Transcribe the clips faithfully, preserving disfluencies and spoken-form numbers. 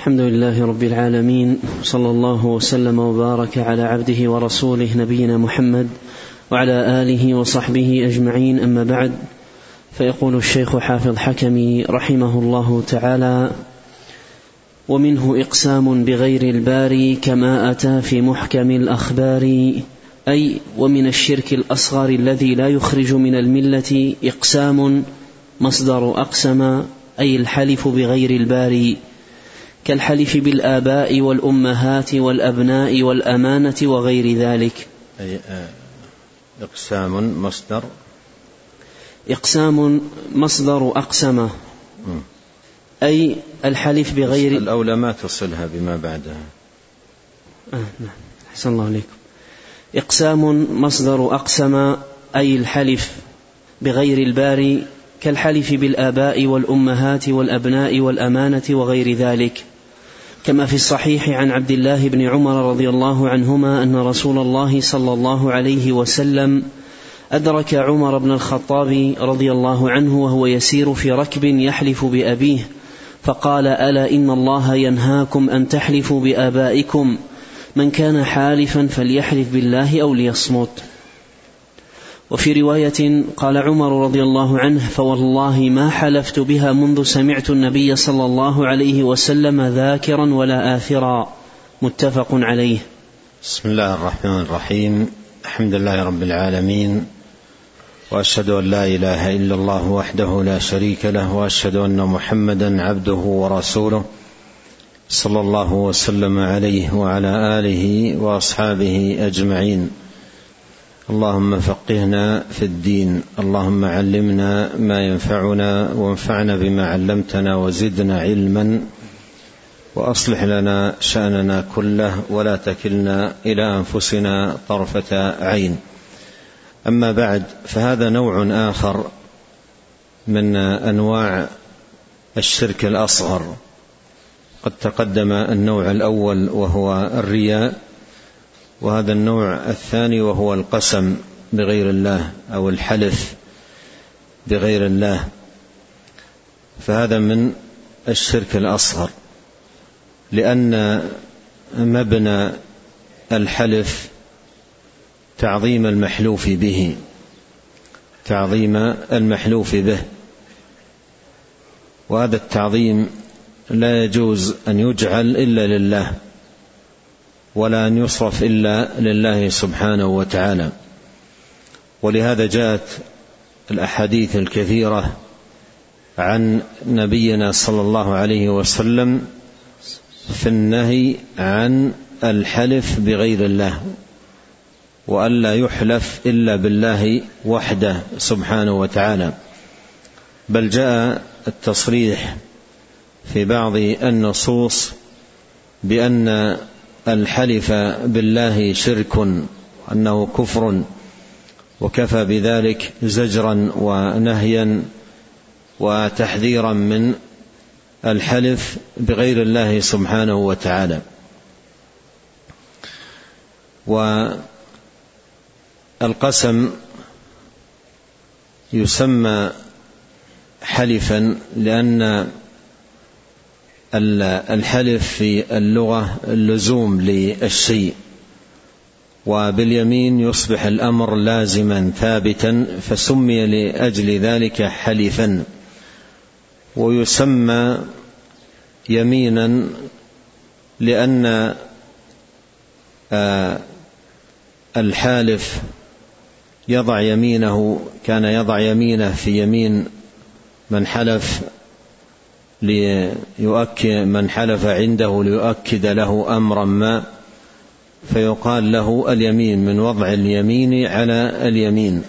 الحمد لله رب العالمين، صلى الله وسلم وبارك على عبده ورسوله نبينا محمد وعلى آله وصحبه أجمعين، أما بعد. فيقول الشيخ حافظ حكمي رحمه الله تعالى: ومنه إقسام بغير الباري كما أتى في محكم الأخبار، أي ومن الشرك الأصغر الذي لا يخرج من الملة إقسام مصدر أقسم، أي الحلف بغير الباري، كالحلف بالآباء والأمهات والأبناء والأمانة وغير ذلك. أي إقسام مصدر إقسام مصدر أقسم، أي الحلف بغير الأولى ما تصلها بما بعدها. آه نعم، أحسن الله عليكم. إقسام مصدر أقسم، أي الحلف بغير الباري، كالحلف بالآباء والأمهات والأبناء والأمانة وغير ذلك، كما في الصحيح عن عبد الله بن عمر رضي الله عنهما أن رسول الله صلى الله عليه وسلم أدرك عمر بن الخطاب رضي الله عنه وهو يسير في ركب يحلف بأبيه، فقال: ألا إن الله ينهاكم أن تحلفوا بآبائكم، من كان حالفا فليحلف بالله أو ليصمت. وفي رواية قال عمر رضي الله عنه: فوالله ما حلفت بها منذ سمعت النبي صلى الله عليه وسلم ذاكرا ولا آثرا. متفق عليه. بسم الله الرحمن الرحيم. الحمد لله رب العالمين، وأشهد أن لا إله إلا الله وحده لا شريك له، وأشهد أن محمدا عبده ورسوله، صلى الله وسلم عليه وعلى آله وأصحابه أجمعين. اللهم فقهنا في الدين، اللهم علمنا ما ينفعنا وانفعنا بما علمتنا وزدنا علما، وأصلح لنا شأننا كله ولا تكلنا إلى أنفسنا طرفة عين. أما بعد، فهذا نوع آخر من أنواع الشرك الأصغر. قد تقدم النوع الأول وهو الرياء، وهذا النوع الثاني وهو القسم بغير الله أو الحلف بغير الله، فهذا من الشرك الأصغر، لأن مبنى الحلف تعظيم المحلوف به، تعظيم المحلوف به، وهذا التعظيم لا يجوز أن يجعل إلا لله، ولا أن يصرف إلا لله سبحانه وتعالى. ولهذا جاءت الأحاديث الكثيرة عن نبينا صلى الله عليه وسلم في النهي عن الحلف بغير الله، وألا يحلف إلا بالله وحده سبحانه وتعالى. بل جاء التصريح في بعض النصوص بأن الحلف بالله شرك، أنه كفر، وكفى بذلك زجرا ونهيا وتحذيرا من الحلف بغير الله سبحانه وتعالى. والقسم يسمى حلفا لأن الحلف في اللغة اللزوم للشيء، وباليمين يصبح الأمر لازما ثابتا، فسمي لأجل ذلك حلفا. ويسمى يمينا لأن الحالف يضع يمينه، كان يضع يمينه في يمين من حلف ليؤكد من حلف عنده ليؤكد له أمرا ما، فيقال له اليمين من وضع اليمين على اليمين.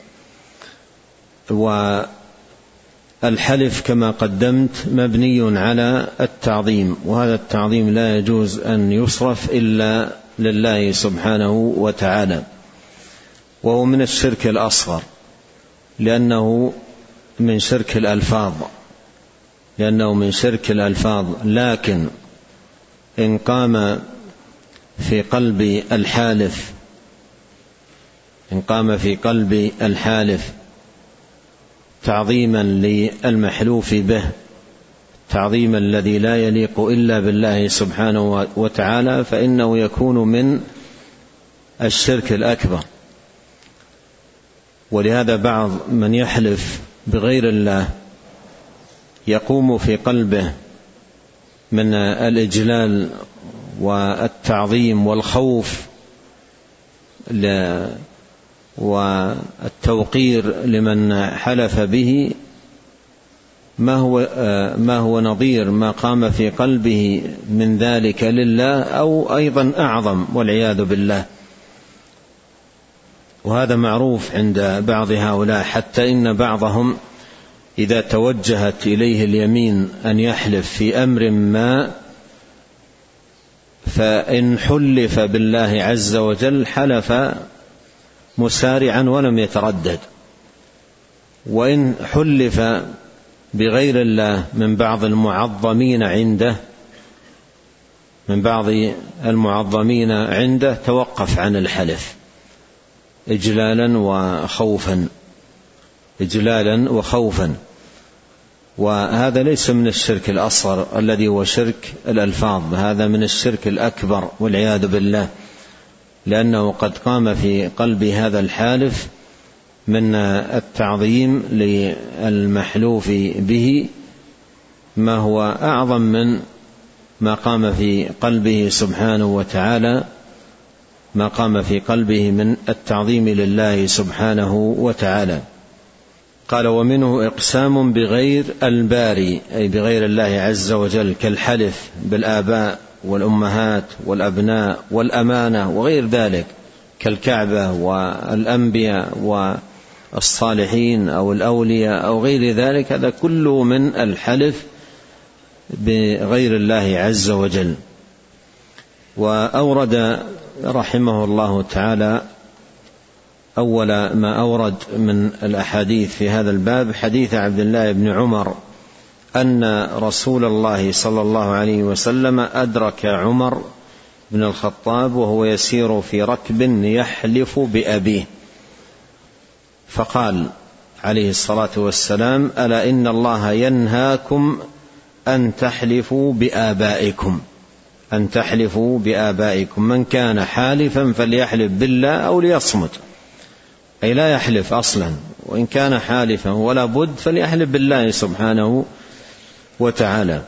والحلف كما قدمت مبني على التعظيم، وهذا التعظيم لا يجوز أن يصرف إلا لله سبحانه وتعالى، وهو من الشرك الأصغر، لأنه من شرك الألفاظ لأنه من شرك الألفاظ لكن إن قام في قلب الحالف إن قام في قلب الحالف تعظيما للمحلوف به، التعظيم الذي لا يليق إلا بالله سبحانه وتعالى فإنه يكون من الشرك الأكبر. ولهذا بعض من يحلف بغير الله يقوم في قلبه من الإجلال والتعظيم والخوف والتوقير لمن حلف به ما هو ما هو نظير ما قام في قلبه من ذلك لله أو أيضا أعظم والعياذ بالله. وهذا معروف عند بعض هؤلاء، حتى إن بعضهم إذا توجهت إليه اليمين أن يحلف في أمر ما فإن حلف بالله عز وجل حلف مسارعا ولم يتردد، وإن حلف بغير الله من بعض المعظمين عنده من بعض المعظمين عنده توقف عن الحلف إجلالا وخوفا إجلالا وخوفا. وهذا ليس من الشرك الأصغر الذي هو شرك الألفاظ، هذا من الشرك الأكبر والعياذ بالله، لأنه قد قام في قلب هذا الحالف من التعظيم للمحلوف به ما هو أعظم من ما قام في قلبه سبحانه وتعالى ما قام في قلبه من التعظيم لله سبحانه وتعالى. قال: ومنه إقسام بغير الباري، أي بغير الله عز وجل، كالحلف بالآباء والأمهات والأبناء والأمانة وغير ذلك، كالكعبة والأنبياء والصالحين أو الأولياء أو غير ذلك، هذا كله من الحلف بغير الله عز وجل. وأورد رحمه الله تعالى أول ما أورد من الأحاديث في هذا الباب حديث عبد الله بن عمر أن رسول الله صلى الله عليه وسلم أدرك عمر بن الخطاب وهو يسير في ركب يحلف بأبيه، فقال عليه الصلاة والسلام: ألا إن الله ينهاكم أن تحلفوا بآبائكم أن تحلفوا بآبائكم من كان حالفا فليحلف بالله أو ليصمت، أي لا يحلف أصلا، وإن كان حالفا ولا بد فليحلف بالله سبحانه وتعالى.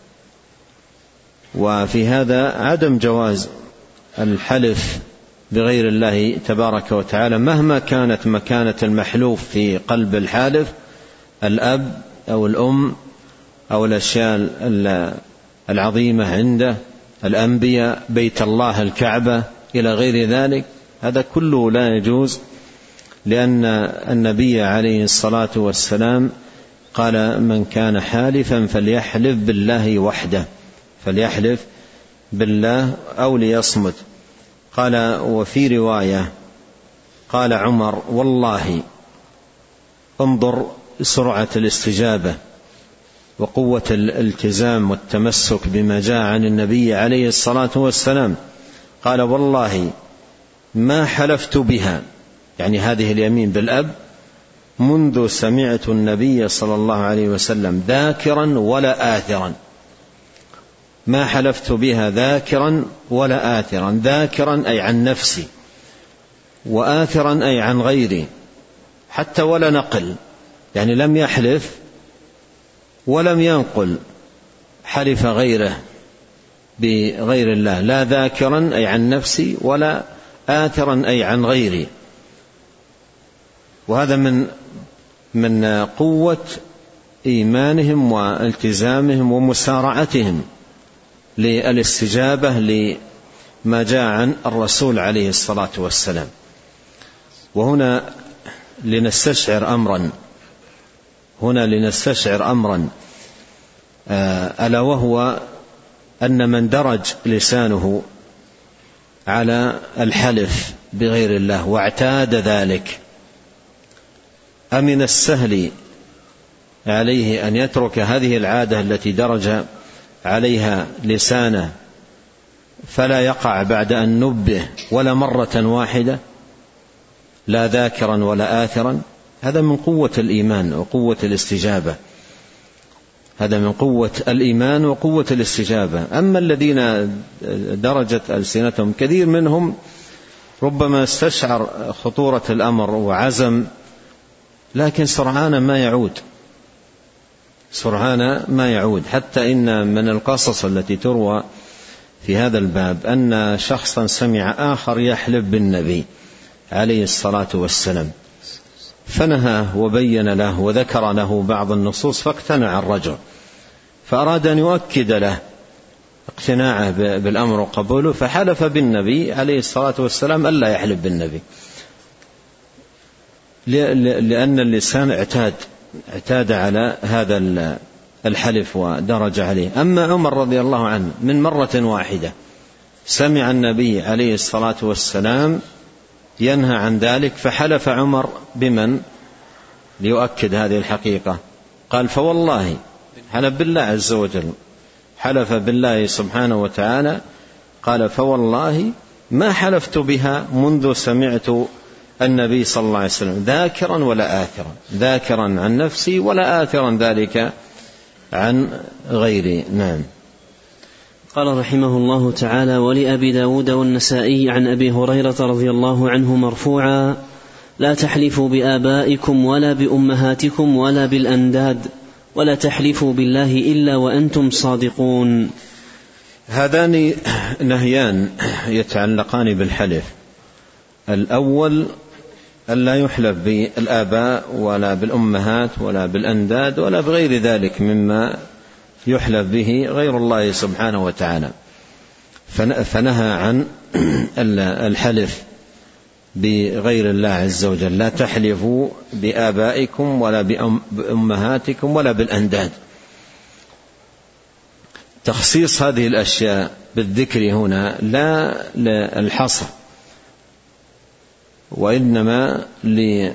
وفي هذا عدم جواز الحلف بغير الله تبارك وتعالى مهما كانت مكانة المحلوف في قلب الحالف، الأب أو الأم أو الأشياء العظيمة عنده، الأنبياء، بيت الله، الكعبة، إلى غير ذلك، هذا كله لا يجوز، لأن النبي عليه الصلاة والسلام قال: من كان حالفا فليحلف بالله وحده فليحلف بالله أو ليصمت. قال: وفي رواية قال عمر: والله انظر سرعة الاستجابة وقوة الالتزام والتمسك بما جاء عن النبي عليه الصلاة والسلام. قال: والله ما حلفت بها، يعني هذه اليمين بالأب، منذ سمعت النبي صلى الله عليه وسلم ذاكرا ولا آثرا. ما حلفت بها ذاكرا ولا آثرا، ذاكرا أي عن نفسي، وآثرا أي عن غيري، حتى ولا نقل، يعني لم يحلف ولم ينقل حلف غيره بغير الله، لا ذاكرا أي عن نفسي ولا آثرا أي عن غيري. وهذا من من قوة إيمانهم والتزامهم ومسارعتهم للاستجابة لما جاء عن الرسول عليه الصلاة والسلام. وهنا لنستشعر أمرا هنا لنستشعر أمرا ألا وهو أن من درج لسانه على الحلف بغير الله واعتاد ذلك، أمن السهل عليه أن يترك هذه العادة التي درج عليها لسانه فلا يقع بعد أن نبه ولا مرة واحدة، لا ذاكرا ولا آثرا. هذا من قوة الإيمان وقوة الاستجابة. هذا من قوة الإيمان وقوة الاستجابة. أما الذين درجت ألسنتهم كثير منهم ربما استشعر خطورة الأمر وعزم، لكن سرعان ما يعود سرعان ما يعود حتى إن من القصص التي تروى في هذا الباب أن شخصا سمع آخر يحلف بالنبي عليه الصلاة والسلام، فنهاه وبين له وذكر له بعض النصوص، فاقتنع الرجل، فأراد أن يؤكد له اقتناعه بالأمر وقبوله، فحلف بالنبي عليه الصلاة والسلام ألا يحلف بالنبي، لأن اللسان اعتاد اعتاد على هذا الحلف ودرج عليه. أما عمر رضي الله عنه من مرة واحدة سمع النبي عليه الصلاة والسلام ينهى عن ذلك، فحلف عمر بمن ليؤكد هذه الحقيقة؟ قال فوالله، حلف بالله عز وجل، حلف بالله سبحانه وتعالى، قال فوالله ما حلفت بها منذ سمعت النبي صلى الله عليه وسلم ذاكرا ولا آثرا، ذاكرا عن نفسي ولا آثرا ذلك عن غيري. نعم. قال رحمه الله تعالى: ولأبي داود والنسائي عن أبي هريرة رضي الله عنه مرفوعا: لا تحلفوا بآبائكم ولا بأمهاتكم ولا بالأنداد ولا تحلفوا بالله إلا وأنتم صادقون. هذان نهيان يتعلقان بالحلف. الأول ألا يحلف بالآباء ولا بالأمهات ولا بالأنداد ولا بغير ذلك مما يحلف به غير الله سبحانه وتعالى، فنهى عن الحلف بغير الله عز وجل: لا تحلفوا بآبائكم ولا بأمهاتكم ولا بالأنداد. تخصيص هذه الأشياء بالذكر هنا لا للحصر، وإنما ل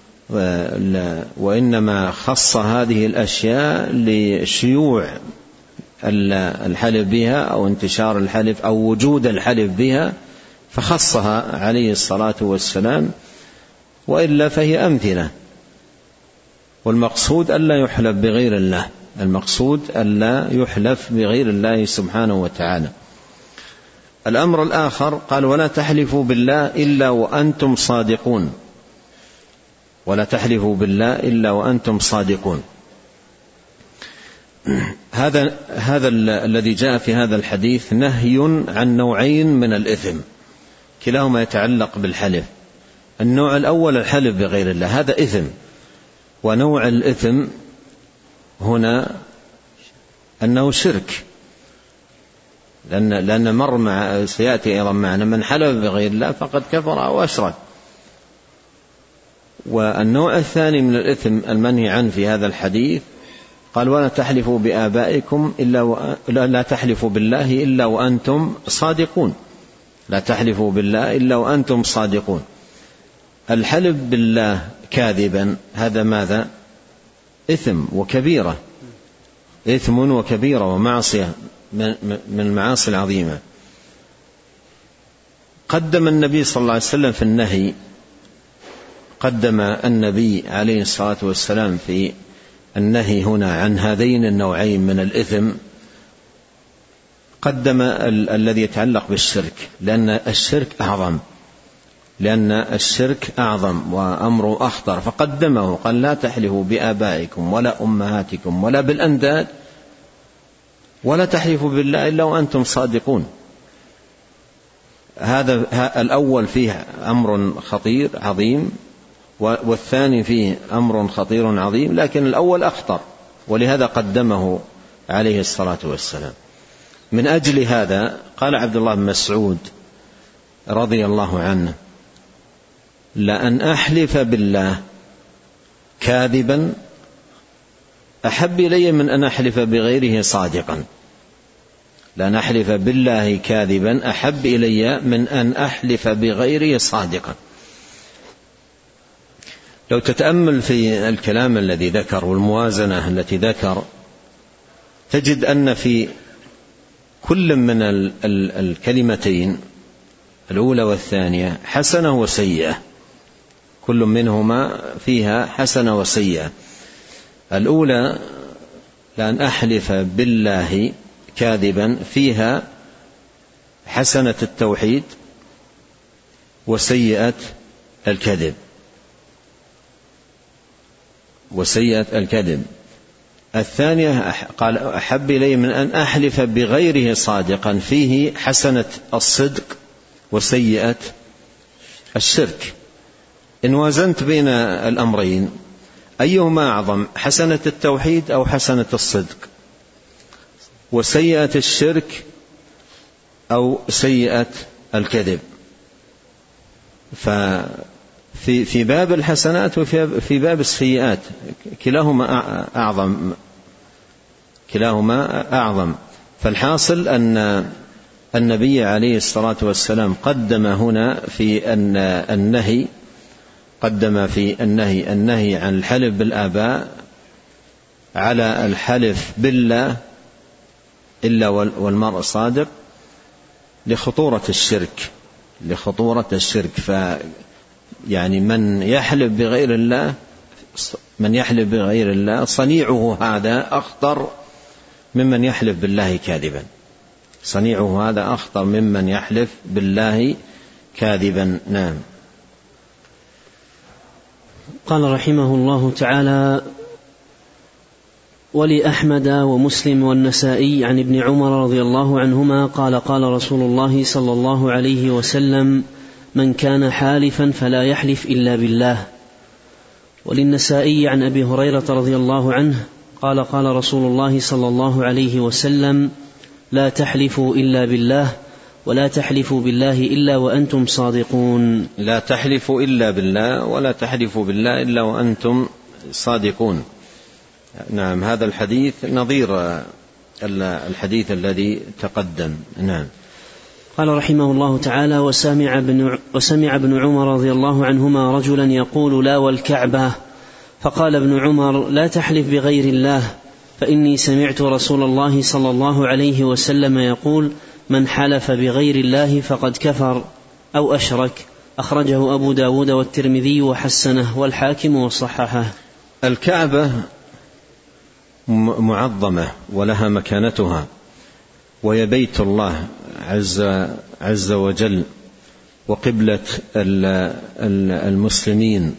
وإنما خص هذه الأشياء لشيوع الحلف بها أو انتشار الحلف أو وجود الحلف بها، فخصها عليه الصلاة والسلام، وإلا فهي أمثلة. والمقصود ألا يحلف بغير الله، المقصود ألا يحلف بغير الله سبحانه وتعالى. الأمر الآخر قال: ولا تحلفوا بالله إلا وأنتم صادقون، ولا تحلفوا بالله إلا وأنتم صادقون. هذا هذا الذي جاء في هذا الحديث نهي عن نوعين من الإثم، كلاهما يتعلق بالحلف. النوع الأول الحلف بغير الله، هذا إثم، ونوع الإثم هنا أنه شرك، لأن لأن مر مع سيأتي أيضا معنا من حلف بغير الله فقد كفر أو أشرك. والنوع الثاني من الإثم المنهي عنه في هذا الحديث قال: ولا تحلفوا بآبائكم إلا و... لا تحلفوا بالله إلا وأنتم صادقون، لا تحلفوا بالله إلا وأنتم صادقون. الحلف بالله كاذبا هذا ماذا؟ إثم وكبيرة، إثم وكبيرة ومعصية من المعاصي العظيمة. قدم النبي صلى الله عليه وسلم في النهي، قدم النبي عليه الصلاة والسلام في النهي هنا عن هذين النوعين من الإثم، قدم ال- الذي يتعلق بالشرك، لأن الشرك أعظم لأن الشرك أعظم وأمره أخطر، فقدمه، قال: لا تحلفوا بآبائكم ولا أمهاتكم ولا بالأنداد ولا تحلفوا بالله إلا وأنتم صادقون. هذا الأول فيه أمر خطير عظيم، والثاني فيه أمر خطير عظيم، لكن الأول أخطر، ولهذا قدمه عليه الصلاة والسلام. من أجل هذا قال عبد الله بن مسعود رضي الله عنه: لأن أحلف بالله كاذبا أحب إلي من أن أحلف بغيره صادقا. لأن أحلف بالله كاذبا أحب إلي من أن أحلف بغيره صادقا. لو تتأمل في الكلام الذي ذكر والموازنة التي ذكر، تجد أن في كل من الكلمتين الأولى والثانية حسنة وسيئة، كل منهما فيها حسنة وسيئة. الأولى لأن أحلف بالله كاذبا فيها حسنة التوحيد وسيئة الكذب وسيئة الكذب. الثانية قال أحب إلي من أن أحلف بغيره صادقا فيه حسنة الصدق وسيئة الشرك. إن وازنت بين الأمرين أيهما أعظم، حسنة التوحيد أو حسنة الصدق، وسيئة الشرك أو سيئة الكذب؟ ففي في باب الحسنات وفي باب السيئات كلاهما أعظم كلاهما أعظم. فالحاصل أن النبي عليه الصلاة والسلام قدم هنا في النهي قدم في النهي النهي عن الحلف بالآباء على الحلف بالله إلا والمرء صادق لخطورة الشرك لخطورة الشرك. ف يعني من يحلف بغير الله من يحلف بغير الله صنيعه هذا أخطر ممن يحلف بالله كاذبا صنيعه هذا أخطر ممن يحلف بالله كاذبا. نعم. قال رحمه الله تعالى: ولأحمد ومسلم والنسائي عن ابن عمر رضي الله عنهما قال: قال رسول الله صلى الله عليه وسلم: من كان حالفا فلا يحلف إلا بالله. وللنسائي عن أبي هريرة رضي الله عنه قال: قال رسول الله صلى الله عليه وسلم: لا تحلفوا إلا بالله ولا تحلفوا بالله إلا وأنتم صادقون. لا تحلفوا إلا بالله ولا تحلفوا بالله إلا وأنتم صادقون. نعم. هذا الحديث نظير الحديث الذي تقدم. نعم. قال رحمه الله تعالى: وسمع ابن, وسمع ابن عمر رضي الله عنهما رجلا يقول: لا والكعبة. فقال ابن عمر: لا تحلف بغير الله، فإني سمعت رسول الله صلى الله عليه وسلم يقول: من حلف بغير الله فقد كفر أو أشرك. أخرجه أبو داود والترمذي وحسنه والحاكم وصححه. الكعبة معظمة ولها مكانتها، وهي بيت الله عز, عز وجل وقبلة المسلمين،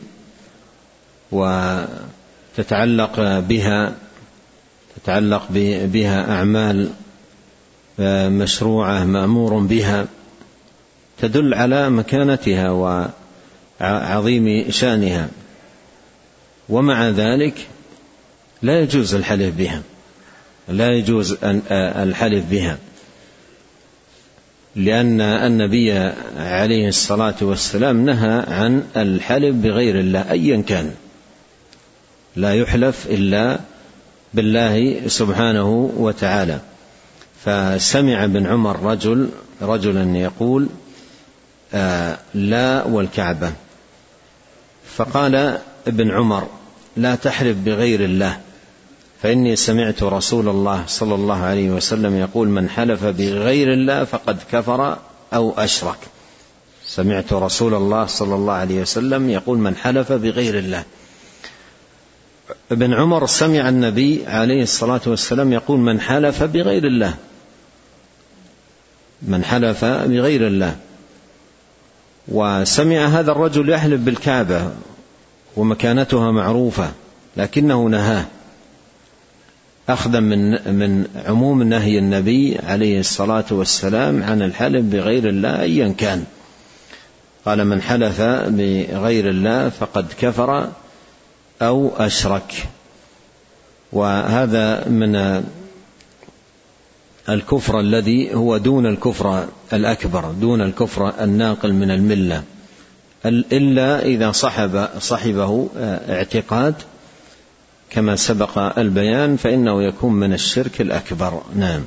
وتتعلق بها تتعلق بها أعمال مشروعة مأمور بها تدل على مكانتها وعظيم شأنها، ومع ذلك لا يجوز الحلف بها لا يجوز الحلف بها لأن النبي عليه الصلاة والسلام نهى عن الحلف بغير الله أيا كان. لا يحلف إلا بالله سبحانه وتعالى. فسمع ابن عمر رجل رجلا يقول: آه لا والكعبة. فقال ابن عمر: لا تحلف بغير الله، فإني سمعت رسول الله صلى الله عليه وسلم يقول: من حلف بغير الله فقد كفر أو أشرك. سمعت رسول الله صلى الله عليه وسلم يقول: من حلف بغير الله. ابن عمر سمع النبي عليه الصلاة والسلام يقول: من حلف بغير الله من حلف بغير الله وسمع هذا الرجل يحلف بالكعبة ومكانتها معروفة، لكنه نهاه أخذا من من عموم نهي النبي عليه الصلاة والسلام عن الحلف بغير الله أيا كان. قال: من حلف بغير الله فقد كفر أو أشرك. وهذا من الكفر الذي هو دون الكفر الأكبر، دون الكفر الناقل من الملة، إلا إذا صحب صحبه اعتقاد كما سبق البيان، فإنه يكون من الشرك الأكبر. نعم.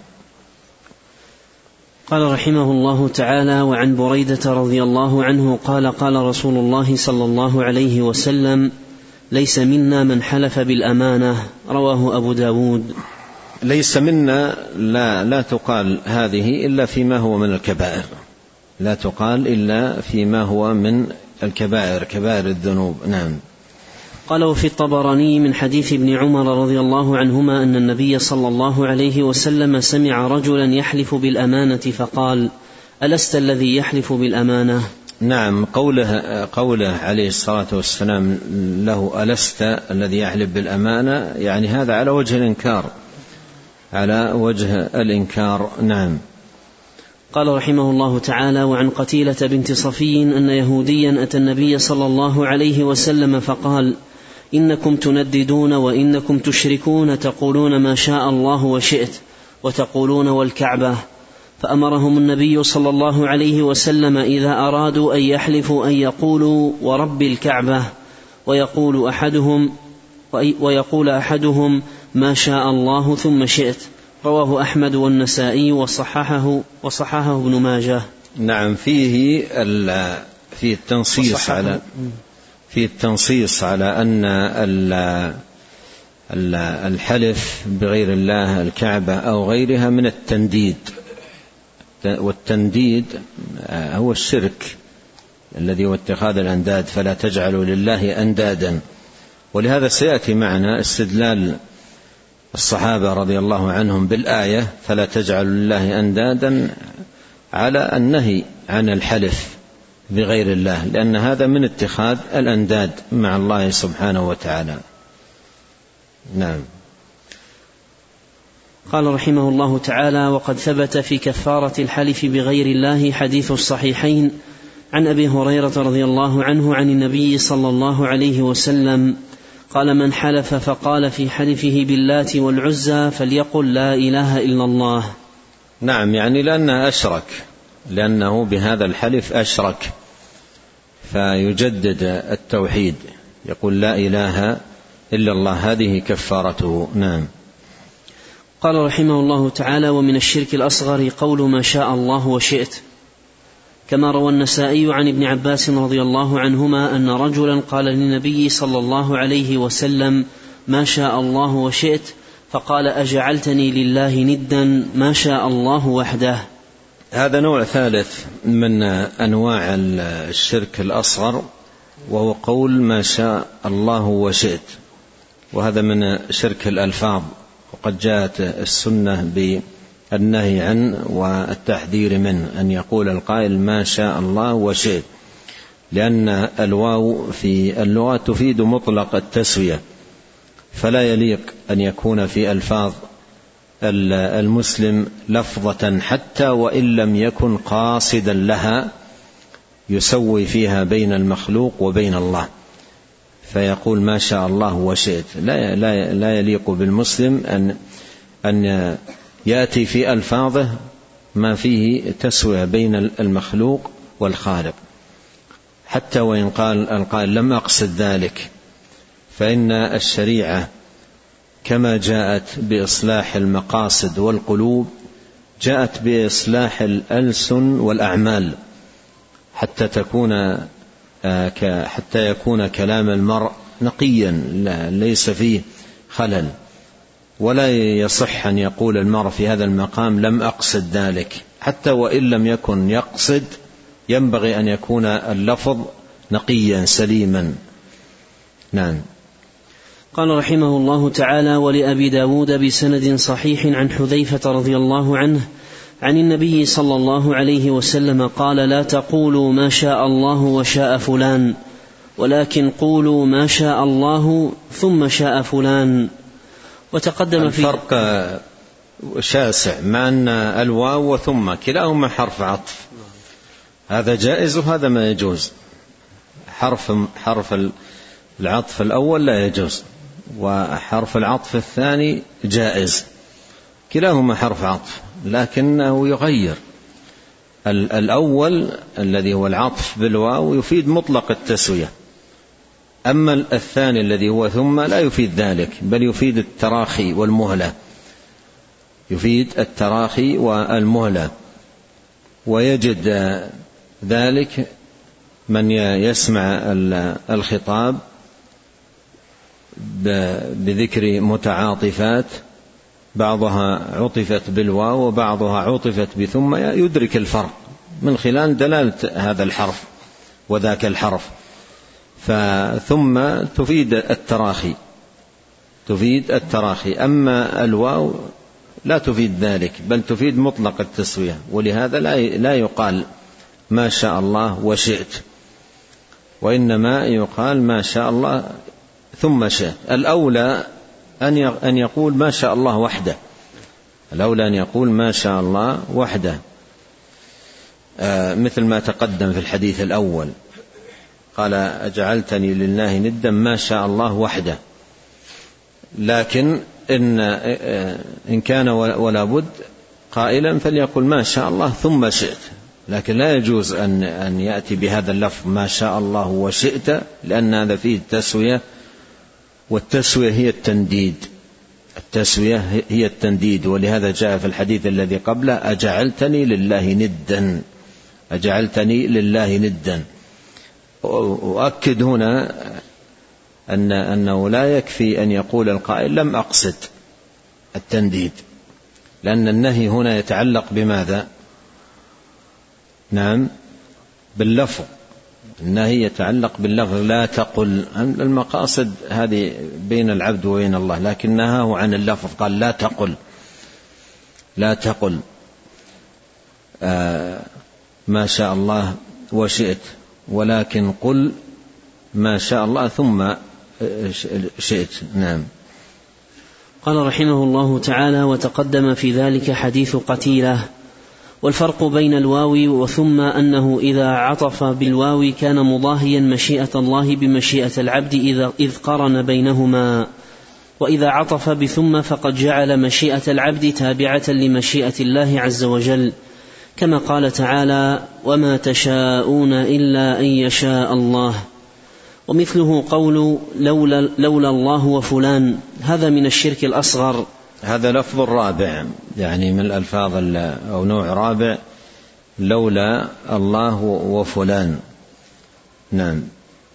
قال رحمه الله تعالى: وعن بريدة رضي الله عنه قال: قال رسول الله صلى الله عليه وسلم: ليس منا من حلف بالأمانة. رواه أبو داود. ليس منا لا, لا تقال هذه إلا فيما هو من الكبائر، لا تقال إلا فيما هو من الكبائر، كبائر الذنوب. نعم. قال: وفي الطبراني من حديث ابن عمر رضي الله عنهما أن النبي صلى الله عليه وسلم سمع رجلا يحلف بالأمانة فقال: ألست الذي يحلف بالأمانة؟ نعم، قوله, قوله عليه الصلاة والسلام له ألست الذي يحلف بالأمانة، يعني هذا على وجه الإنكار، على وجه الإنكار. نعم. قال رحمه الله تعالى: وعن قتيلة بنت صفي أن يهوديا أتى النبي صلى الله عليه وسلم فقال: إنكم تنددون وإنكم تشركون، تقولون ما شاء الله وشئت، وتقولون والكعبة. فأمرهم النبي صلى الله عليه وسلم إذا أرادوا أن يحلفوا أن يقولوا ورب الكعبة، ويقول أحدهم ويقول أحدهم ما شاء الله ثم شئت. رواه أحمد والنسائي وصححه وصححه ابن ماجه. نعم، فيه في التنصيص على في التنصيص على أن الحلف بغير الله الكعبة أو غيرها من التنديد، والتنديد هو الشرك الذي هو اتخاذ الأنداد، فلا تجعلوا لله أندادا. ولهذا سيأتي معنا استدلال الصحابة رضي الله عنهم بالآية فلا تجعلوا لله أندادا على النهي عن الحلف بغير الله، لأن هذا من اتخاذ الأنداد مع الله سبحانه وتعالى. نعم. قال رحمه الله تعالى: وقد ثبت في كفارة الحلف بغير الله حديث الصحيحين عن أبي هريرة رضي الله عنه عن النبي صلى الله عليه وسلم قال: من حلف فقال في حلفه باللات والعزى فليقل لا إله إلا الله. نعم، يعني لأنه أشرك، لأنه بهذا الحلف أشرك، فيجدد التوحيد، يقول لا إله إلا الله، هذه كفارته. نعم. قال رحمه الله تعالى: ومن الشرك الأصغر قول ما شاء الله وشئت، كما روى النسائي عن ابن عباس رضي الله عنهما أن رجلا قال للنبي صلى الله عليه وسلم ما شاء الله وشئت، فقال: أجعلتني لله ندا ما شاء الله وحده. هذا نوع ثالث من أنواع الشرك الأصغر، وهو قول ما شاء الله وشئت، وهذا من شرك الألفاظ، وقد جاءت السنة بالنهي عنه والتحذير منه، أن يقول القائل ما شاء الله وشئت، لأن الواو في اللغة تفيد مطلق التسوية، فلا يليق أن يكون في ألفاظ المسلم لفظة حتى وإن لم يكن قاصدا لها يسوي فيها بين المخلوق وبين الله، فيقول ما شاء الله وشئت. لا, لا, لا يليق بالمسلم أن, أن يأتي في ألفاظه ما فيه تسوية بين المخلوق والخالق، حتى وإن قال القائل لم أقصد ذلك، فإن الشريعة كما جاءت بإصلاح المقاصد والقلوب جاءت بإصلاح الألسن والأعمال، حتى تكون حتى يكون كلام المرء نقيا ليس فيه خلل، ولا يصح أن يقول المرء في هذا المقام لم أقصد ذلك، حتى وإن لم يكن يقصد ينبغي أن يكون اللفظ نقيا سليما. نعم. قال رحمه الله تعالى: ولأبي داود بسند صحيح عن حذيفة رضي الله عنه عن النبي صلى الله عليه وسلم قال: لا تقولوا ما شاء الله وشاء فلان، ولكن قولوا ما شاء الله ثم شاء فلان. وتقدم في الفرق شاسع، مع أن الواو وثم كلاهما حرف عطف، هذا جائز وهذا ما يجوز. حرف حرف العطف الأول لا يجوز، وحرف العطف الثاني جائز، كلاهما حرف عطف، لكنه يغير. الأول الذي هو العطف بالواو يفيد مطلق التسوية، أما الثاني الذي هو ثم لا يفيد ذلك، بل يفيد التراخي والمهلة، يفيد التراخي والمهلة. ويجد ذلك من يسمع الخطاب بذكر متعاطفات بعضها عطفت بالواو وبعضها عطفت بثم، يدرك الفرق من خلال دلالة هذا الحرف وذاك الحرف، ثم تفيد التراخي تفيد التراخي أما الواو لا تفيد ذلك، بل تفيد مطلق التسوية، ولهذا لا يقال ما شاء الله وشئت، وإنما يقال ما شاء الله ثم شئت. الأولى أن يقول ما شاء الله وحده، الأولى أن يقول ما شاء الله وحده، مثل ما تقدم في الحديث الأول، قال أجعلتني لله ندا ما شاء الله وحده. لكن إن, إن كان ولا بد قائلا فليقل ما شاء الله ثم شئت، لكن لا يجوز أن, أن يأتي بهذا اللفظ ما شاء الله وشئت، لأن هذا فيه التسوية، والتسوية هي التنديد، التسوية هي التنديد، ولهذا جاء في الحديث الذي قبله أجعلتني لله ندا، أجعلتني لله ندا. وأؤكد هنا أن أنه لا يكفي أن يقول القائل لم أقصد التنديد، لأن النهي هنا يتعلق بماذا؟ نعم باللفظ، النهي يتعلق باللفظ، لا تقل. المقاصد هذه بين العبد وبين الله، لكن نهاه عن اللفظ، قال لا تقل لا تقل آه ما شاء الله وشئت، ولكن قل ما شاء الله ثم شئت. نعم. قال رحمه الله تعالى: وتقدم في ذلك حديث قتيلة. والفرق بين الواو وثم أنه إذا عطف بالواو كان مضاهيا مشيئة الله بمشيئة العبد إذ قرن بينهما، وإذا عطف بثم فقد جعل مشيئة العبد تابعة لمشيئة الله عز وجل، كما قال تعالى: وما تشاءون إلا أن يشاء الله. ومثله قول لولا, لولا الله وفلان، هذا من الشرك الأصغر. هذا لفظ رابع، يعني من الألفاظ أو نوع رابع، لولا الله وفلان. نعم.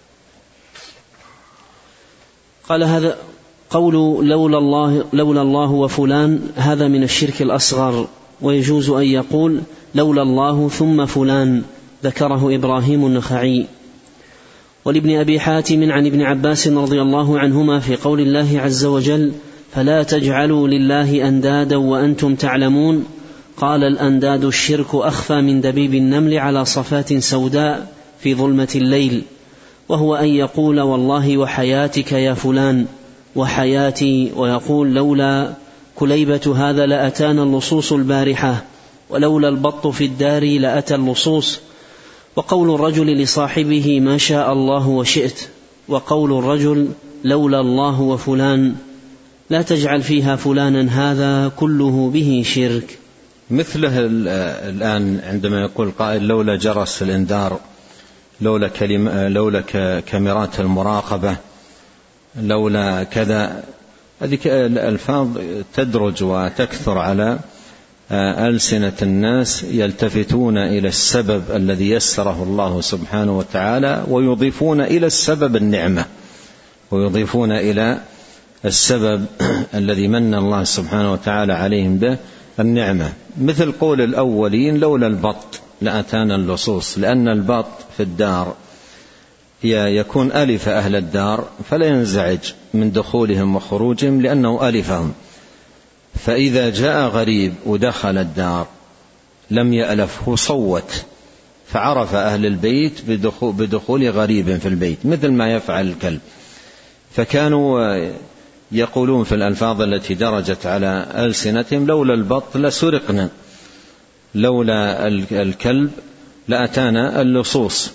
قال هذا قول لولا الله, لولا الله وفلان، هذا من الشرك الأصغر، ويجوز أن يقول لولا الله ثم فلان، ذكره إبراهيم النخعي. ولابن أبي حاتم عن ابن عباس رضي الله عنهما في قول الله عز وجل: فلا تجعلوا لله أندادا وأنتم تعلمون، قال: الأنداد الشرك أخفى من دبيب النمل على صفات سوداء في ظلمة الليل، وهو أن يقول والله وحياتك يا فلان وحياتي، ويقول لولا كليبة هذا لأتانا اللصوص البارحة، ولولا البط في الدار لأتى اللصوص. وقول الرجل لصاحبه ما شاء الله وشئت، وقول الرجل لولا الله وفلان، لا تجعل فيها فلانا، هذا كله به شرك. مثله الآن عندما يقول قائل لولا جرس الإنذار، لولا, كلمة لولا كاميرات المراقبة، لولا كذا، هذه الألفاظ تدرج وتكثر على ألسنة الناس، يلتفتون إلى السبب الذي يسره الله سبحانه وتعالى، ويضيفون إلى السبب النعمة، ويضيفون إلى السبب الذي من الله سبحانه وتعالى عليهم به النعمة. مثل قول الأولين لولا البط لأتانا اللصوص، لأن البط في الدار يكون ألف أهل الدار، فلا ينزعج من دخولهم وخروجهم لأنه ألفهم، فإذا جاء غريب ودخل الدار لم يألفه صوت، فعرف أهل البيت بدخول, بدخول غريب في البيت، مثل ما يفعل الكلب. فكانوا يقولون في الألفاظ التي درجت على ألسنتهم لولا البط لسرقنا، لولا الكلب لأتانا اللصوص،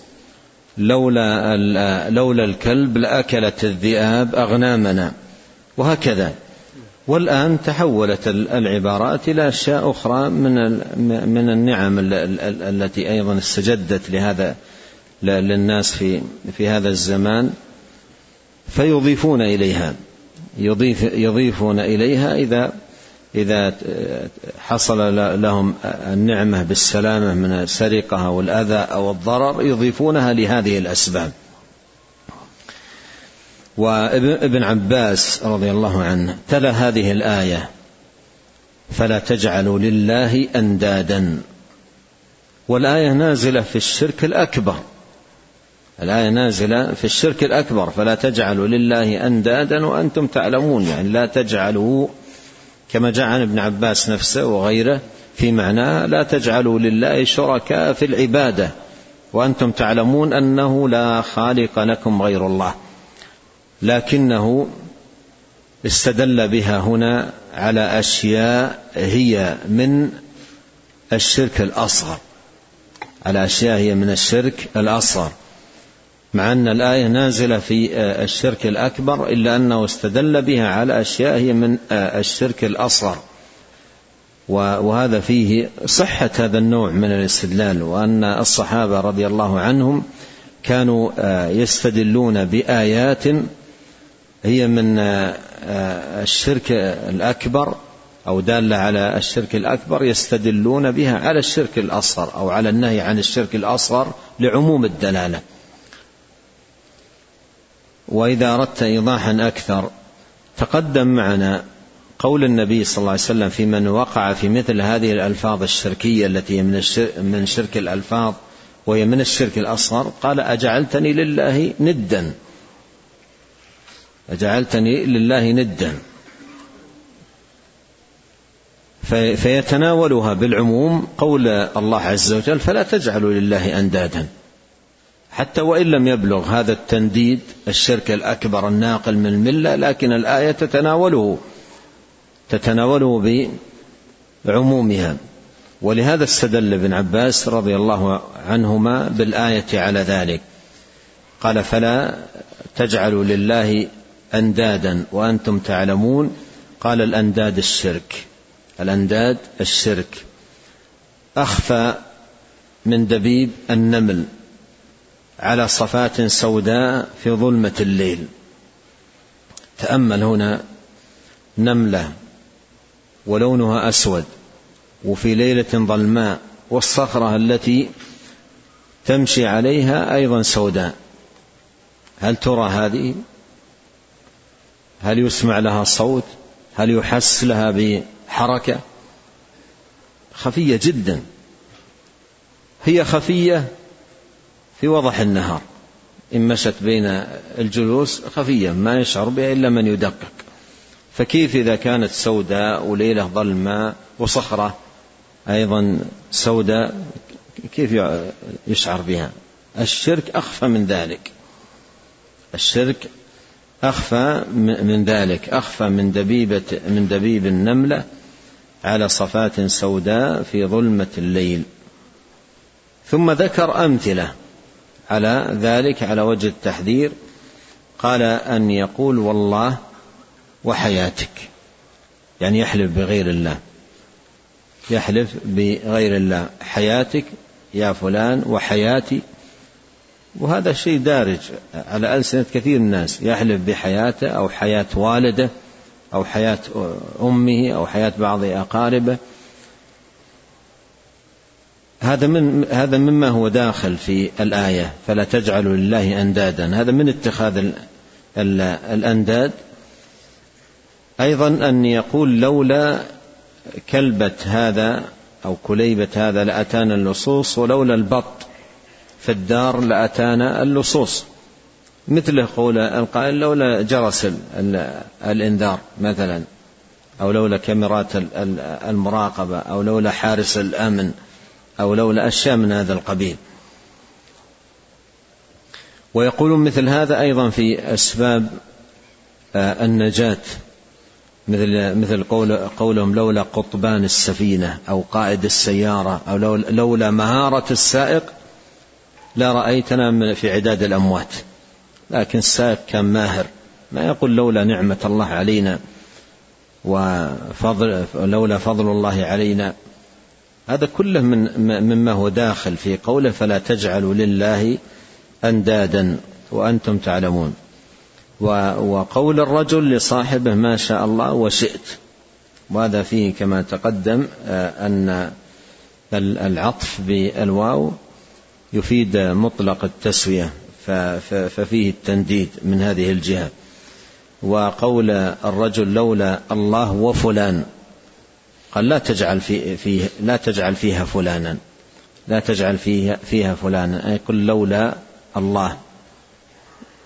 لولا, لولا الكلب لأكلت الذئاب أغنامنا، وهكذا. والآن تحولت العبارات إلى أشياء أخرى من من النعم التي أيضا استجدت لهذا للناس في في هذا الزمان، فيضيفون إليها يضيف يضيفون إليها إذا إذا حصل لهم النعمة بالسلامة من السرقة أو الأذى أو الضرر، يضيفونها لهذه الأسباب. وابن عباس رضي الله عنه تلا هذه الآية: فلا تجعلوا لله أندادا، والآية نازلة في الشرك الأكبر، الآية نازلة في الشرك الأكبر، فلا تجعلوا لله أندادا وأنتم تعلمون، يعني لا تجعلوا، كما جاء عن ابن عباس نفسه وغيره في معناه لا تجعلوا لله شركاء في العبادة وأنتم تعلمون أنه لا خالق لكم غير الله، لكنه استدل بها هنا على أشياء هي من الشرك الأصغر، على أشياء هي من الشرك الأصغر، مع أن الآية نازلة في الشرك الأكبر إلا أنه استدل بها على أشياء هي من الشرك الأصغر. وهذا فيه صحة هذا النوع من الاستدلال، وأن الصحابة رضي الله عنهم كانوا يستدلون بآيات هي من الشرك الأكبر أو دالة على الشرك الأكبر، يستدلون بها على الشرك الأصغر أو على النهي عن الشرك الأصغر لعموم الدلالة. وإذا أردت إيضاحا أكثر تقدم معنا قول النبي صلى الله عليه وسلم في من وقع في مثل هذه الألفاظ الشركية التي من الشرك من شرك الألفاظ وهي من الشرك الأصغر، قال أجعلتني لله ندا، أجعلتني لله ندا، فيتناولها بالعموم قول الله عز وجل فلا تجعلوا لله أندادا، حتى وإن لم يبلغ هذا التنديد الشرك الأكبر الناقل من الملة، لكن الآية تتناوله تتناوله بعمومها. ولهذا استدل ابن عباس رضي الله عنهما بالآية على ذلك، قال فلا تجعلوا لله أندادا وأنتم تعلمون، قال الأنداد الشرك، الأنداد الشرك أخفى من دبيب النمل على صفات سوداء في ظلمة الليل. تأمل هنا نملة ولونها أسود وفي ليلة ظلماء، والصخرة التي تمشي عليها أيضا سوداء، هل ترى هذه؟ هل يسمع لها صوت؟ هل يحس لها بحركة؟ خفية جدا، هي خفية في وضح النهار، إن مشت بين الجلوس خفية ما يشعر بها إلا من يدقق، فكيف إذا كانت سوداء وليلة ظلماء وصخرة أيضا سوداء كيف يشعر بها؟ الشرك أخفى من ذلك، الشرك أخفى من ذلك، أخفى من دبيبة من دبيب النملة على صفات سوداء في ظلمة الليل. ثم ذكر أمثلة على ذلك على وجه التحذير، قال أن يقول والله وحياتك، يعني يحلف بغير الله، يحلف بغير الله، حياتك يا فلان وحياتي، وهذا شيء دارج على ألسنة كثير من الناس، يحلف بحياته أو حياة والده أو حياة أمه أو حياة بعض أقاربه، هذا من هذا مما هو داخل في الآية فلا تجعلوا لله أندادا، هذا من اتخاذ ال ال الأنداد. أيضا أن يقول لولا كلبة هذا أو كليبة هذا لأتانا اللصوص، ولولا البط في الدار لأتانا اللصوص، مثل قول القائل لولا جرس الإنذار مثلا، أو لولا كاميرات المراقبة، أو لولا حارس الأمن، أو لولا أشياء من هذا القبيل. ويقولون مثل هذا أيضا في أسباب النجاة، مثل مثل قول قولهم لولا قطبان السفينة أو قائد السيارة، أو لولا مهارة السائق لا رأيتنا في عداد الأموات، لكن السائق كان ماهر، ما يقول لولا نعمة الله علينا وفضل لولا فضل الله علينا. هذا كله من مما هو داخل في قوله فلا تجعلوا لله أندادا وأنتم تعلمون. وقول الرجل لصاحبه ما شاء الله وشئت، وهذا فيه كما تقدم أن العطف بالواو يفيد مطلق التسوية، ففيه التنديد من هذه الجهة. وقول الرجل لولا الله وفلان، قال لا تجعل في فيه لا تجعل فيها فلانا، لا تجعل فيها فيها فلانا، أي قل لولا الله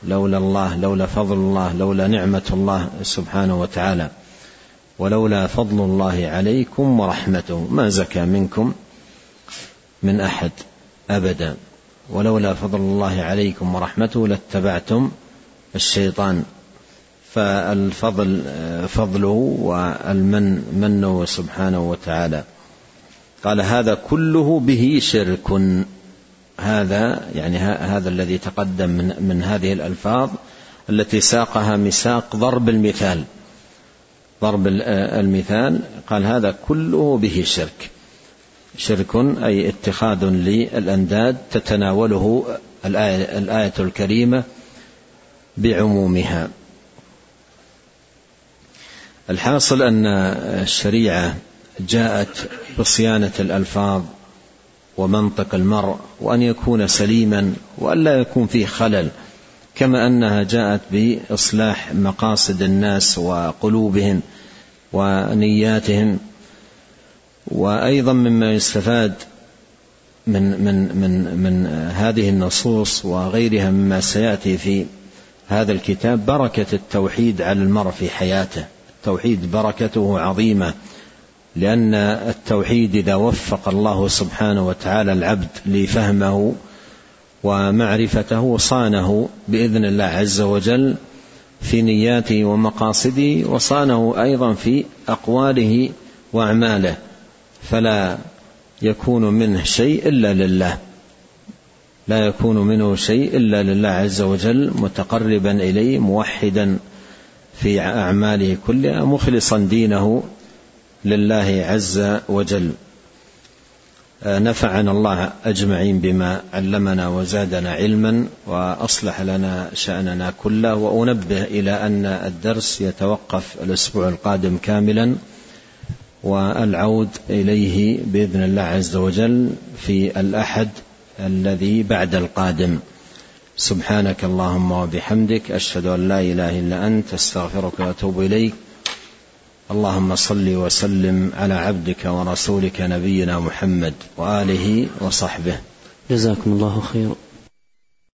لولا الله، لولا فضل الله، لولا نعمة الله سبحانه وتعالى، ولولا فضل الله عليكم ورحمته ما زكى منكم من أحد أبدا، ولولا فضل الله عليكم ورحمته لاتبعتم الشيطان. فالفضل فضله والمن منه سبحانه وتعالى. قال هذا كله به شرك. هذا يعني هذا الذي تقدم من, من هذه الألفاظ التي ساقها مساق ضرب المثال، ضرب المثال، قال هذا كله به شرك. شرك أي اتخاذ للأنداد تتناوله الآية, الآية الكريمة بعمومها. الحاصل أن الشريعة جاءت بصيانة الألفاظ ومنطق المرء، وأن يكون سليما وأن لا يكون فيه خلل، كما أنها جاءت بإصلاح مقاصد الناس وقلوبهم ونياتهم. وأيضا مما يستفاد من, من, من, من هذه النصوص وغيرها مما سيأتي في هذا الكتاب بركة التوحيد على المرء في حياته. التوحيد بركته عظيمة، لأن التوحيد إذا وفق الله سبحانه وتعالى العبد لفهمه ومعرفته صانه بإذن الله عز وجل في نياته ومقاصده، وصانه أيضا في أقواله وأعماله، فلا يكون منه شيء إلا لله، لا يكون منه شيء إلا لله عز وجل، متقربا إليه، موحدا في أعماله كلها، مخلصا دينه لله عز وجل. نفعنا الله أجمعين بما علمنا وزادنا علما وأصلح لنا شأننا كله. وأنبه إلى أن الدرس يتوقف الأسبوع القادم كاملا، والعود إليه بإذن الله عز وجل في الأحد الذي بعد القادم. سبحانك اللهم وبحمدك، أشهد أن لا إله إلا أنت، أستغفرك وأتوب إليك. اللهم صل وسلم على عبدك ورسولك نبينا محمد وآله وصحبه. جزاكم الله خيرا.